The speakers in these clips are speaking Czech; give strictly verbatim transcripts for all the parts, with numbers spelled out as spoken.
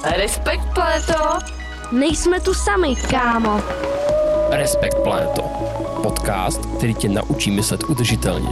Respekt, Planeto. Nejsme tu sami, kámo. Respekt, Planeto. Podcast, který tě naučí myslet udržitelně.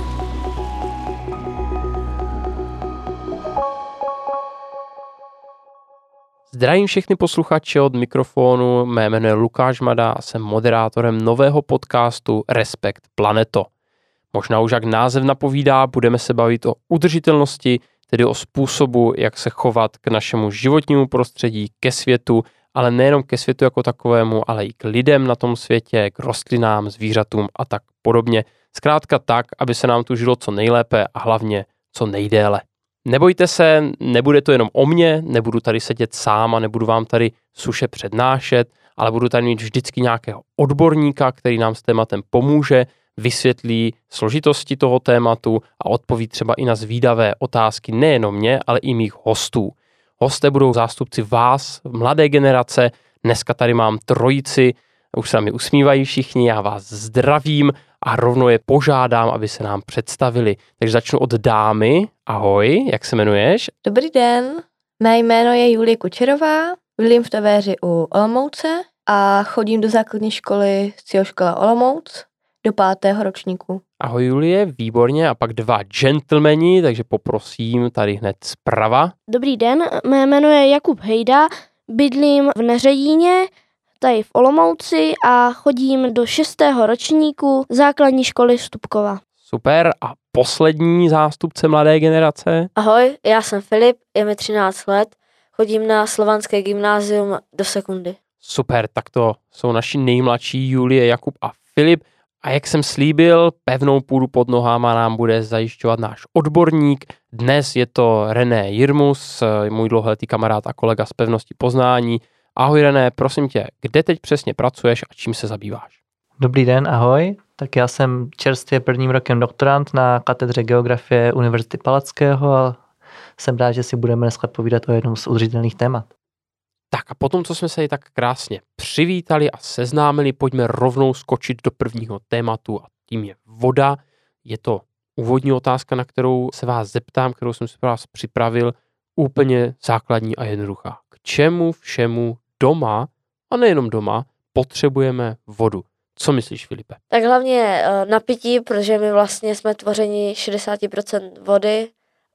Zdravím všechny posluchače od mikrofonu, mé jméno je Lukáš Mada a jsem moderátorem nového podcastu Respekt, Planeto. Možná už jak název napovídá, budeme se bavit o udržitelnosti, tedy o způsobu, jak se chovat k našemu životnímu prostředí, ke světu, ale nejenom ke světu jako takovému, ale i k lidem na tom světě, k rostlinám, zvířatům a tak podobně. Zkrátka tak, aby se nám tu žilo co nejlépe a hlavně co nejdéle. Nebojte se, nebude to jenom o mně, nebudu tady sedět sám a nebudu vám tady suše přednášet, ale budu tady mít vždycky nějakého odborníka, který nám s tématem pomůže, vysvětlí složitosti toho tématu a odpoví třeba i na zvídavé otázky nejenom mě, ale i mých hostů. Hosté budou zástupci vás, mladé generace. Dneska tady mám trojici, už se mi usmívají všichni, já vás zdravím a rovnou je požádám, aby se nám představili. Takže začnu od dámy. Ahoj, jak se jmenuješ? Dobrý den, mé jméno je Julie Kučerová, bydlím v Tavéři u Olomouce a chodím do základní školy Středoškola Olomouc do pátého ročníku. Ahoj Julie, výborně. A pak dva gentlemani, takže poprosím tady hned zprava. Dobrý den, mé jméno je Jakub Hejda, bydlím v Neřejíně, tady v Olomouci a chodím do šestého ročníku základní školy Stupkova. Super. A poslední zástupce mladé generace? Ahoj, já jsem Filip, je mi třináct let, chodím na Slovanské gymnázium do sekundy. Super, tak to jsou naši nejmladší Julie, Jakub a Filip. A jak jsem slíbil, pevnou půdu pod nohama nám bude zajišťovat náš odborník. Dnes je to René Jirmus, můj dlouholetý kamarád a kolega z Pevnosti Poznání. Ahoj René, prosím tě, kde teď přesně pracuješ a čím se zabýváš? Dobrý den, ahoj. Tak já jsem čerstvě prvním rokem doktorant na katedře geografie Univerzity Palackého a jsem rád, že si budeme dneska povídat o jednom z udržitelných témat. Tak a potom, co jsme se tak krásně přivítali a seznámili, pojďme rovnou skočit do prvního tématu a tím je voda. Je to úvodní otázka, na kterou se vás zeptám, kterou jsem si pro vás připravil, úplně základní a jednoduchá. K čemu všemu doma, a nejenom doma, potřebujeme vodu? Co myslíš, Filipe? Tak hlavně na pití, protože my vlastně jsme tvořeni šedesát procent vody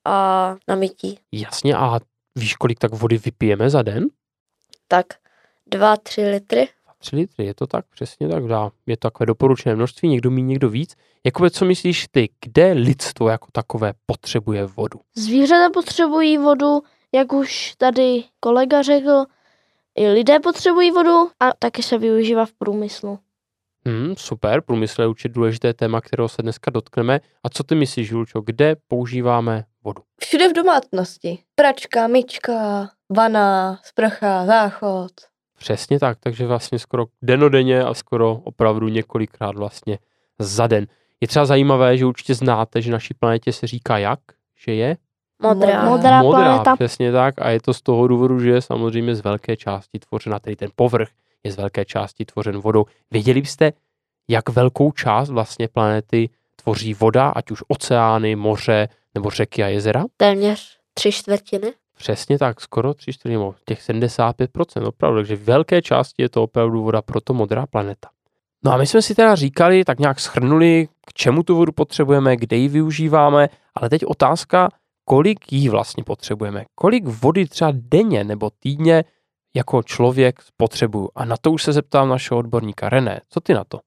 a na mytí. Jasně, a víš, kolik tak vody vypijeme za den? Tak dva, tři litry. tři litry, je to tak, přesně tak, dá. Je to takové doporučené množství, někdo mí, někdo víc. Jakoby, co myslíš ty, kde lidstvo jako takové potřebuje vodu? Zvířata potřebují vodu, jak už tady kolega řekl, i lidé potřebují vodu a taky se využívá v průmyslu. Hmm, super, průmysl je určitě důležité téma, kterého se dneska dotkneme. A co ty myslíš, Julčo, kde používáme vodu? Všude v domácnosti. Pračka, myčka, vana, sprcha, záchod. Přesně tak, takže vlastně skoro dennodenně a skoro opravdu několikrát vlastně za den. Je třeba zajímavé, že určitě znáte, že naší planetě se říká jak? Že je? Modrá. Modrá, Modrá, planeta. přesně tak. A je to z toho důvodu, že je samozřejmě z velké části tvořena, tedy ten povrch je z velké části tvořen vodou. Věděli byste, jak velkou část vlastně planety tvoří voda, ať už oceány, moře nebo řeky a jezera? Téměř tři čtvrtiny. Přesně tak, skoro tři čtvrtiny, nebo těch sedmdesát pět procent, opravdu, takže v velké části je to opravdu voda, proto modrá planeta. No a my jsme si teda říkali, tak nějak shrnuli, k čemu tu vodu potřebujeme, kde ji využíváme, ale teď otázka, kolik jí vlastně potřebujeme, kolik vody třeba denně nebo týdně jako člověk potřebuju. A na to už se zeptám našeho odborníka. René, co ty na to?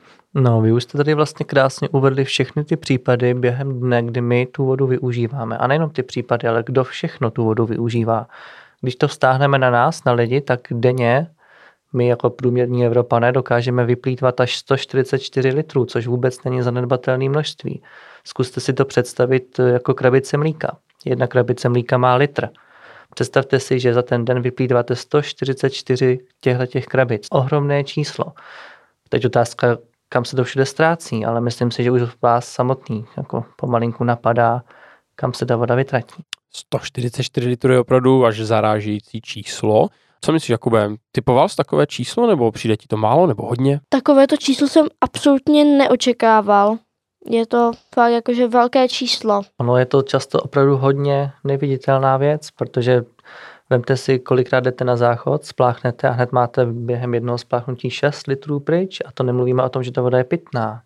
No, vy už jste tady vlastně krásně uvedli všechny ty případy během dne, kdy my tu vodu využíváme. A nejenom ty případy, ale kdo všechno tu vodu využívá. Když to vztáhneme na nás, na lidi, tak denně my jako průměrní Evropané dokážeme vyplýtvat až sto čtyřicet čtyři litrů, což vůbec není zanedbatelné množství. Zkuste si to představit jako krabice mlíka. Jedna krabice mlíka má litr. Představte si, že za ten den vyplýtváte sto čtyřicet čtyři těchto krabic. Ohromné číslo. Teď otázka, kam se to všude ztrácí, ale myslím si, že už vás samotný jako pomalinku napadá, kam se ta voda vytratí. sto čtyřicet čtyři litrů je opravdu až zarážející číslo. Co myslíš, Jakube, typoval jsi takové číslo, nebo přijde ti to málo, nebo hodně? Takovéto číslo jsem absolutně neočekával. Je to fakt jakože velké číslo. Ono je to často opravdu hodně neviditelná věc, protože Vemte si, kolikrát jdete na záchod, spláchnete a hned máte během jednoho spláchnutí šest litrů pryč a to nemluvíme o tom, že ta voda je pitná.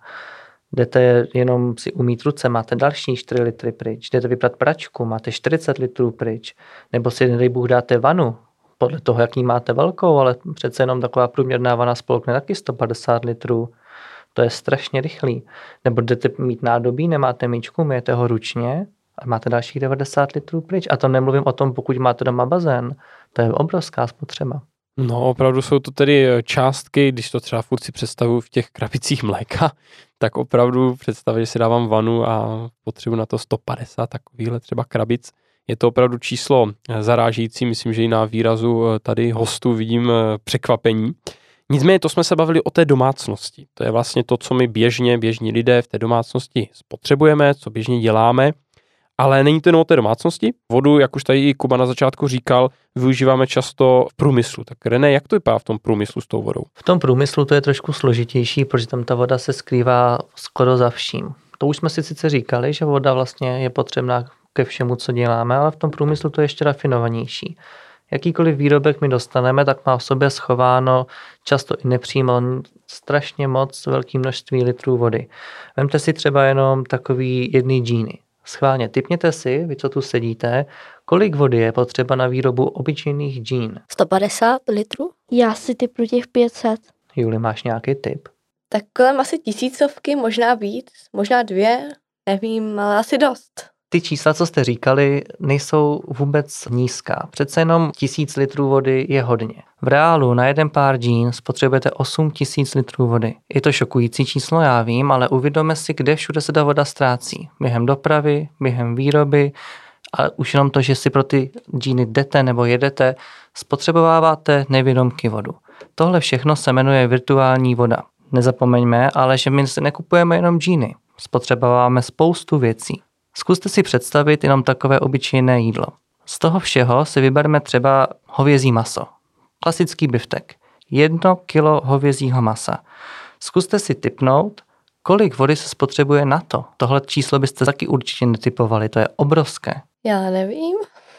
Jdete jenom si umýt ruce, máte další čtyři litry pryč. Jdete vyprat pračku, máte čtyřicet litrů pryč. Nebo si, nedej Bůh, dáte vanu, podle toho, jaký máte velkou, ale přece jenom taková průměrná vana spolkne taky sto padesát litrů. To je strašně rychlý. Nebo jdete mít nádobí, nemáte myčku, myjete ho ručně a máte dalších devadesát litrů pryč. A to nemluvím o tom, pokud máte doma bazén. To je obrovská spotřeba. No, opravdu jsou to tedy částky, když to třeba furt si představuji v těch krabicích mléka, tak opravdu představit, že si dávám vanu a potřebuji na to sto padesát takovýhle třeba krabic. Je to opravdu číslo zarážející, myslím, že i na výrazu tady hostů vidím překvapení. Nicméně to jsme se bavili o té domácnosti. To je vlastně to, co my běžně, běžní lidé v té domácnosti spotřebujeme, co běžně děláme. Ale není to jenom o té domácnosti. Vodu, jak už tady i Kuba na začátku říkal, využíváme často v průmyslu. Tak René, jak to vypadá v tom průmyslu s tou vodou? V tom průmyslu to je trošku složitější, protože tam ta voda se skrývá skoro za vším. To už jsme si sice říkali, že voda vlastně je potřebná ke všemu, co děláme, ale v tom průmyslu to je ještě rafinovanější. Jakýkoliv výrobek my dostaneme, tak má v sobě schováno často i nepřímo strašně moc velké množství litrů vody. Vemte si třeba jenom takový jedný džíny. Schválně tipněte si, vy co tu sedíte, kolik vody je potřeba na výrobu obyčejných džín. sto padesát litrů? Já si typnu těch pět set. Juli, máš nějaký tip? Tak kolem asi tisícovky, možná víc, možná dvě, nevím, ale asi dost. Ty čísla, co jste říkali, nejsou vůbec nízká. Přece jenom tisíc litrů vody je hodně. V reálu na jeden pár džín spotřebujete osm tisíc litrů vody. Je to šokující číslo, já vím, ale uvědomme si, kde všude se ta voda ztrácí. Během dopravy, během výroby a už jenom to, že si pro ty džíny jdete nebo jedete, spotřebováváte nevědomky vodu. Tohle všechno se jmenuje virtuální voda. Nezapomeňme, ale že my si nekupujeme jenom džíny. Spotřebováváme spoustu věcí. Zkuste si představit jenom takové obyčejné jídlo. Z toho všeho si vybereme třeba hovězí maso. Klasický biftek. Jedno kilo hovězího masa. Zkuste si tipnout, kolik vody se spotřebuje na to. Tohle číslo byste taky určitě netipovali, to je obrovské. Já nevím,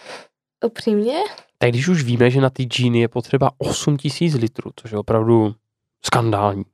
upřímně. Tak když už víme, že na ty džíny je potřeba osm tisíc litrů, což je opravdu skandální.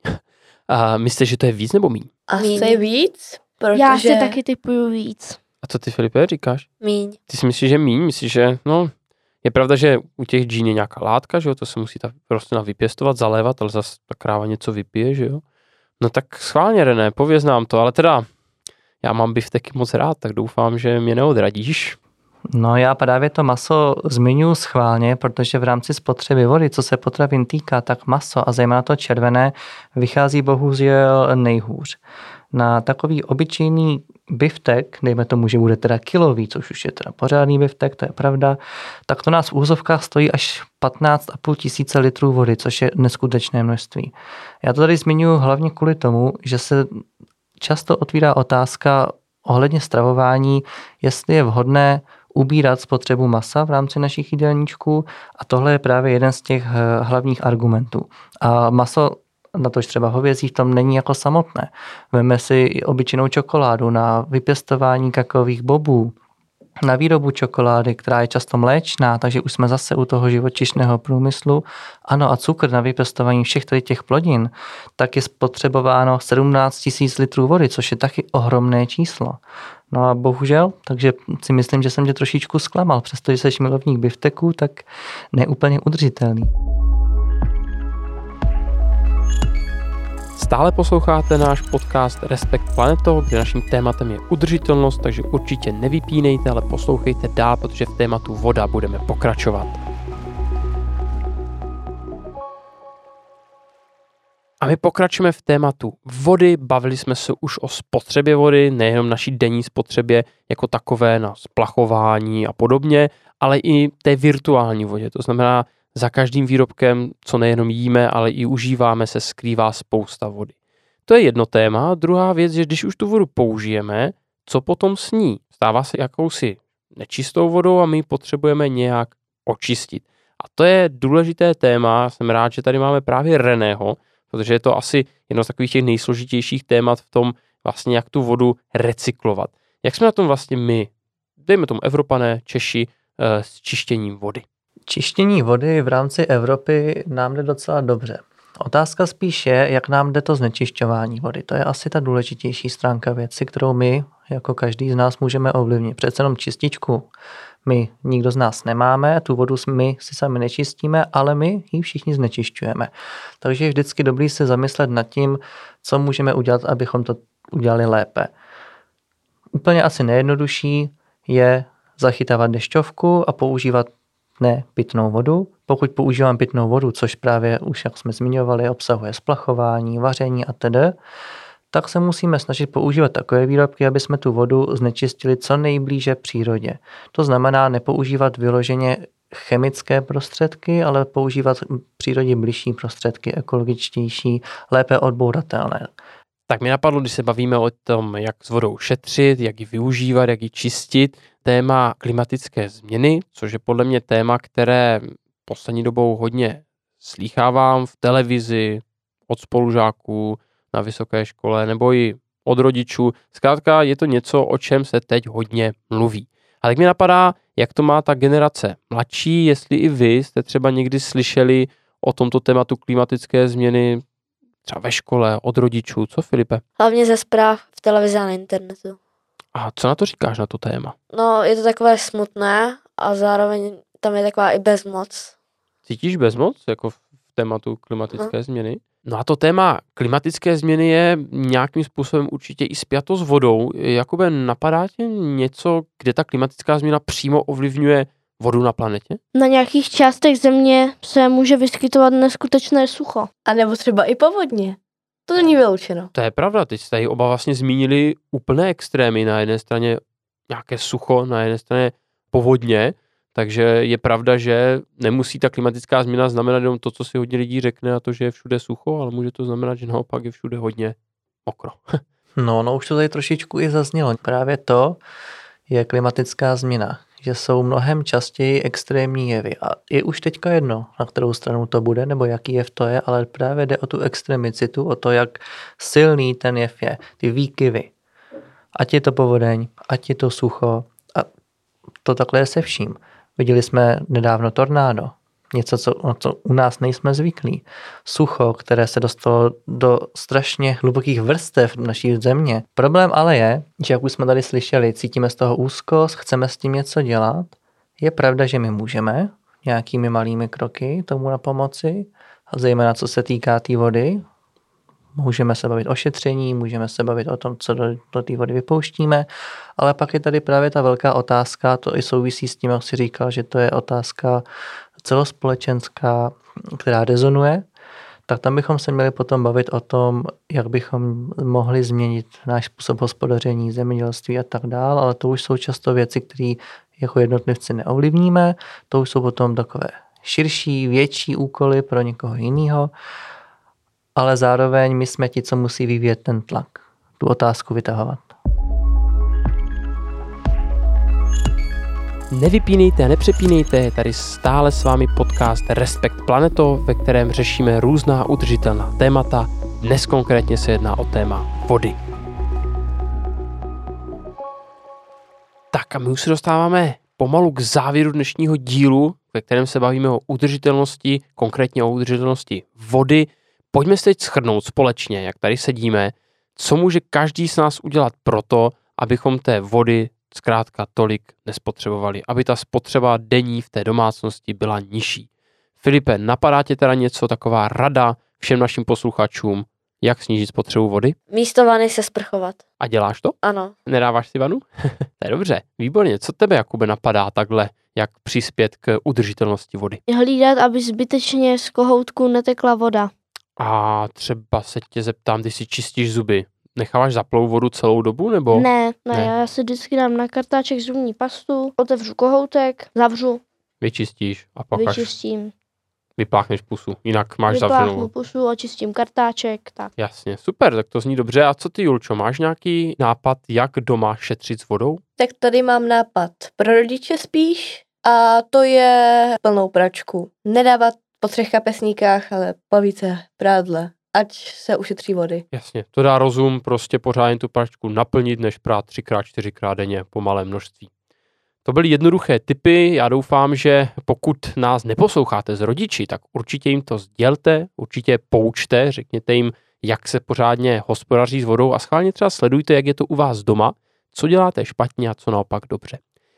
A myslíte, že to je víc nebo míň? Asi míň. Víc, protože... Já si taky typuju víc. A co ty, Filipe, říkáš? Míň. Ty si myslíš, že míň? Myslíš, že no, je pravda, že u těch džín je nějaká látka, že jo, to se musí ta rostlina vypěstovat, zalévat, ale zase ta kráva něco vypije, že jo. No tak schválně, René, pověz nám to, ale teda já mám bifteky moc rád, tak doufám, že mě neodradíš. No já právě to maso zmiňuji schválně, protože v rámci spotřeby vody, co se potravin týká, tak maso a zejména to červené vychází bohužel nejhůř. Na takový obyčejný biftek, dejme tomu, že bude teda kilový, což už je teda pořádný biftek, to je pravda, tak to nás v úzovkách stojí až patnáct a půl tisíce litrů vody, což je neskutečné množství. Já to tady zmiňuji hlavně kvůli tomu, že se často otvírá otázka ohledně stravování, jestli je vhodné ubírat spotřebu masa v rámci našich jídelníčků a tohle je právě jeden z těch hlavních argumentů. A maso, na tož třeba hovězí, v tom není jako samotné. Veme si obyčejnou čokoládu na vypěstování kakaových bobů, na výrobu čokolády, která je často mléčná, takže už jsme zase u toho živočišného průmyslu. Ano, a cukr na vypěstování všech těch plodin, tak je spotřebováno sedmnáct tisíc litrů vody, což je taky ohromné číslo. No a bohužel, takže si myslím, že jsem tě trošičku zklamal, přestože jsi milovník bifteků, tak neúplně udržitelný. Stále posloucháte náš podcast Respekt Planeto, kde naším tématem je udržitelnost, takže určitě nevypínejte, ale poslouchejte dál, protože v tématu voda budeme pokračovat. A my pokračujeme v tématu vody, bavili jsme se už o spotřebě vody, nejenom naší denní spotřebě jako takové na splachování a podobně, ale i té virtuální vodě, to znamená za každým výrobkem, co nejenom jíme, ale i užíváme, se skrývá spousta vody. To je jedno téma. Druhá věc, že když už tu vodu použijeme, co potom s ní? Stává se jakousi nečistou vodou a my potřebujeme nějak očistit. A to je důležité téma. Jsem rád, že tady máme právě Reného, protože je to asi jedno z takových těch nejsložitějších témat v tom, vlastně jak tu vodu recyklovat. Jak jsme na tom vlastně my, dejme tomu Evropané, Češi, s čištěním vody? Čištění vody v rámci Evropy nám jde docela dobře. Otázka spíš je, jak nám jde to znečišťování vody. To je asi ta důležitější stránka věci, kterou my, jako každý z nás, můžeme ovlivnit. Přece jenom čističku my nikdo z nás nemáme, tu vodu my si sami nečistíme, ale my ji všichni znečišťujeme. Takže je vždycky dobrý se zamyslet nad tím, co můžeme udělat, abychom to udělali lépe. Úplně asi nejjednodušší je zachytávat dešťovku a používat ne pitnou vodu. Pokud používám pitnou vodu, což právě už, jak jsme zmiňovali, obsahuje splachování, vaření a tedy, tak se musíme snažit používat takové výrobky, aby jsme tu vodu znečistili co nejblíže přírodě. To znamená nepoužívat vyloženě chemické prostředky, ale používat přírodě bližší prostředky, ekologičtější, lépe odbouratelné. Tak mi napadlo, když se bavíme o tom, jak s vodou šetřit, jak ji využívat, jak ji čistit, téma klimatické změny, což je podle mě téma, které poslední dobou hodně slýchávám v televizi, od spolužáků na vysoké škole nebo i od rodičů. Zkrátka je to něco, o čem se teď hodně mluví. A tak mi napadá, jak to má ta generace mladší, jestli i vy jste třeba někdy slyšeli o tomto tématu klimatické změny třeba ve škole, od rodičů. Co, Filipe? Hlavně ze zpráv v televizi a na internetu. A co na to říkáš, na to téma? No, je to takové smutné a zároveň tam je taková i bezmoc. Cítíš bezmoc jako v tématu klimatické no. změny? No a to téma klimatické změny je nějakým způsobem určitě i spjato s vodou. Jakoby napadá tě něco, kde ta klimatická změna přímo ovlivňuje vodu na planetě? Na nějakých částech země se může vyskytovat neskutečné sucho. A nebo třeba i povodně. To není vyloučeno. To je pravda, teď jste tady oba vlastně zmínili úplné extrémy. Na jedné straně nějaké sucho, na jedné straně povodně, takže je pravda, že nemusí ta klimatická změna znamenat jenom to, co si hodně lidí řekne a to, že je všude sucho, ale může to znamenat, že naopak je všude hodně mokro. no, no už to tady trošičku i zaznělo. Právě to je klimatická změna, že jsou mnohem častěji extrémní jevy. A je už teďka jedno, na kterou stranu to bude, nebo jaký jev to je, ale právě jde o tu extremicitu, o to, jak silný ten jev je, ty výkyvy. Ať je to povodeň, ať je to sucho, a to takhle je se vším. Viděli jsme nedávno tornádo, něco, co, co u nás nejsme zvyklí. Sucho, které se dostalo do strašně hlubokých vrstev naší země. Problém ale je, že jak už jsme tady slyšeli, cítíme z toho úzkost, chceme s tím něco dělat. Je pravda, že my můžeme nějakými malými kroky tomu na pomoci, a zejména co se týká té vody. Můžeme se bavit o šetření, můžeme se bavit o tom, co do, do té vody vypouštíme, ale pak je tady právě ta velká otázka, to i souvisí s tím, jak jsi říkal, že to je otázka celospolečenská, která rezonuje, tak tam bychom se měli potom bavit o tom, jak bychom mohli změnit náš způsob hospodaření, zemědělství a tak dále, ale to už jsou často věci, které jako jednotlivci neovlivníme, to už jsou potom takové širší, větší úkoly pro někoho jiného, ale zároveň my jsme ti, co musí vyvíjet ten tlak, tu otázku vytahovat. Nevypínejte a nepřepínejte, je tady stále s vámi podcast Respekt Planeto, ve kterém řešíme různá udržitelná témata. Dnes konkrétně se jedná o téma vody. Tak a my už se dostáváme pomalu k závěru dnešního dílu, ve kterém se bavíme o udržitelnosti, konkrétně o udržitelnosti vody. Pojďme se teď shrnout společně, jak tady sedíme, co může každý z nás udělat proto, abychom té vody zkrátka tolik nespotřebovali, aby ta spotřeba denní v té domácnosti byla nižší. Filipe, napadá tě teda něco, taková rada všem našim posluchačům, jak snížit spotřebu vody? Místo vany se sprchovat. A děláš to? Ano. Nedáváš si vanu? To je dobře, výborně. Co tebe, Jakube, napadá takhle, jak přispět k udržitelnosti vody? Hlídat, aby zbytečně z kohoutku netekla voda. A třeba se tě zeptám, když si čistíš zuby, necháváš zaplou vodu celou dobu, nebo? Ne, ne, Ne. já si vždycky dám na kartáček zubní pastu, otevřu kohoutek, zavřu, Vyčistíš a pak až vyčistím, vypláchneš pusu, jinak máš zavřenou. vypláchnu pusu, očistím kartáček, tak. Jasně, super, tak to zní dobře. A co ty, Julčo, máš nějaký nápad, jak doma šetřit s vodou? Tak tady mám nápad pro rodiče spíš a to je plnou pračku. Nedávat po třech kapesníkách, ale po více prádle, ať se ušetří vody. Jasně, to dá rozum prostě pořádně tu pračku naplnit, než prát třikrát, čtyřikrát denně po malé množství. To byly jednoduché tipy, já doufám, že pokud nás neposloucháte s rodiči, tak určitě jim to sdělte, určitě poučte, řekněte jim, jak se pořádně hospodaří s vodou a schválně třeba sledujte, jak je to u vás doma, co děláte špatně a co naopak dobře.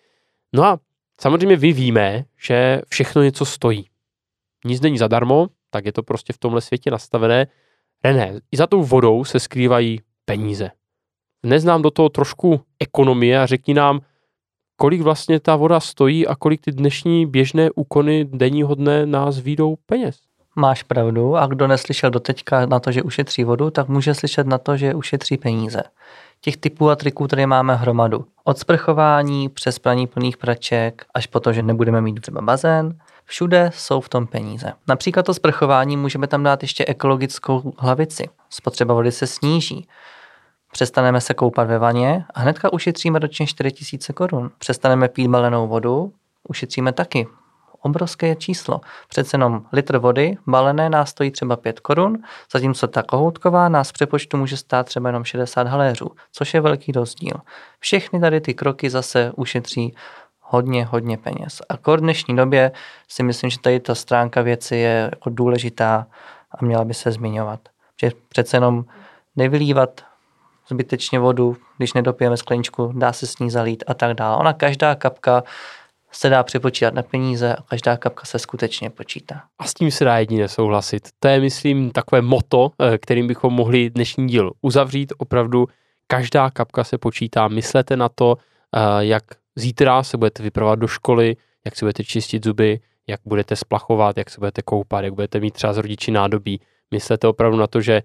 No a samozřejmě vy víme, že všechno něco stojí. Nic není zadarmo, tak je to prostě v tomhle světě nastavené. René, i za tou vodou se skrývají peníze. Neznám do toho trošku ekonomie a řekni nám, kolik vlastně ta voda stojí a kolik ty dnešní běžné úkony denního dne nás vyjdou peněz. Máš pravdu a kdo neslyšel doteďka na to, že ušetří vodu, tak může slyšet na to, že ušetří peníze. Těch typů a triků tady máme hromadu. Od sprchování přes praní plných praček až po to, že nebudeme mít třeba bazén. Všude jsou v tom peníze. Například to sprchování můžeme tam dát ještě ekologickou hlavici. Spotřeba vody se sníží. Přestaneme se koupat ve vaně a hnedka ušetříme ročně čtyři tisíce korun. Přestaneme pít balenou vodu, ušetříme taky. Obrovské číslo. Přece jenom litr vody balené nás stojí třeba pět korun, zatímco ta kohoutková nás v přepočtu může stát třeba jenom šedesát haléřů, což je velký rozdíl. Všechny tady ty kroky zase ušetří hodně, hodně peněz. A v dnešní době si myslím, že tady ta stránka věci je jako důležitá a měla by se zmiňovat. Že přece jenom nevylívat zbytečně vodu, když nedopijeme skleničku, dá se s ní zalít a tak dále. Ona každá kapka se dá přepočítat na peníze a každá kapka se skutečně počítá. A s tím se dá jedině souhlasit. To je, myslím, takové motto, kterým bychom mohli dnešní díl uzavřít. Opravdu každá kapka se počítá. Myslete na to, jak zítra se budete vypravovat do školy, jak si budete čistit zuby, jak budete splachovat, jak se budete koupat, jak budete mít třeba s rodiči nádobí. Myslete opravdu na to, že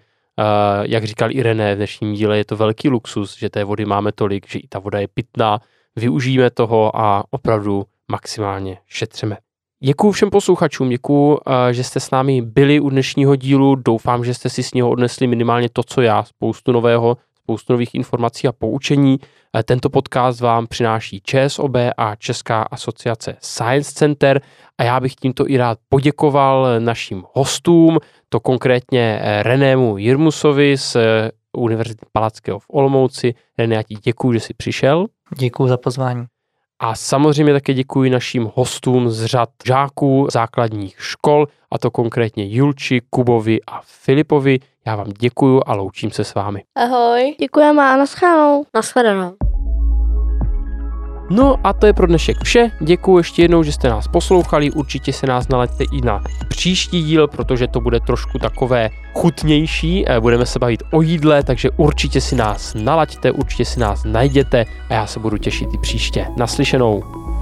jak říkal i René v dnešním díle, je to velký luxus, že té vody máme tolik, že i ta voda je pitná, využijeme toho a opravdu maximálně šetřeme. Děkuju všem posluchačům, děkuju, že jste s námi byli u dnešního dílu, doufám, že jste si z něho odnesli minimálně to, co já, spoustu nového, spoustu nových informací a poučení. Tento podcast vám přináší ČSOB a Česká asociace Science Center a já bych tímto i rád poděkoval našim hostům, to konkrétně Renému Jirmusovi z Univerzity Palackého v Olomouci. René, já ti děkuju, že jsi přišel. Děkuju za pozvání. A samozřejmě také děkuji našim hostům z řad žáků základních škol, a to konkrétně Julči, Kubovi a Filipovi. Já vám děkuju a loučím se s vámi. Ahoj. Děkujeme a naschledanou. Naschledanou. No a to je pro dnešek vše. Děkuji ještě jednou, že jste nás poslouchali. Určitě se nás nalaďte i na příští díl, protože to bude trošku takové chutnější. Budeme se bavit o jídle, takže určitě si nás nalaďte, určitě si nás najděte a já se budu těšit i příště. Naslyšenou.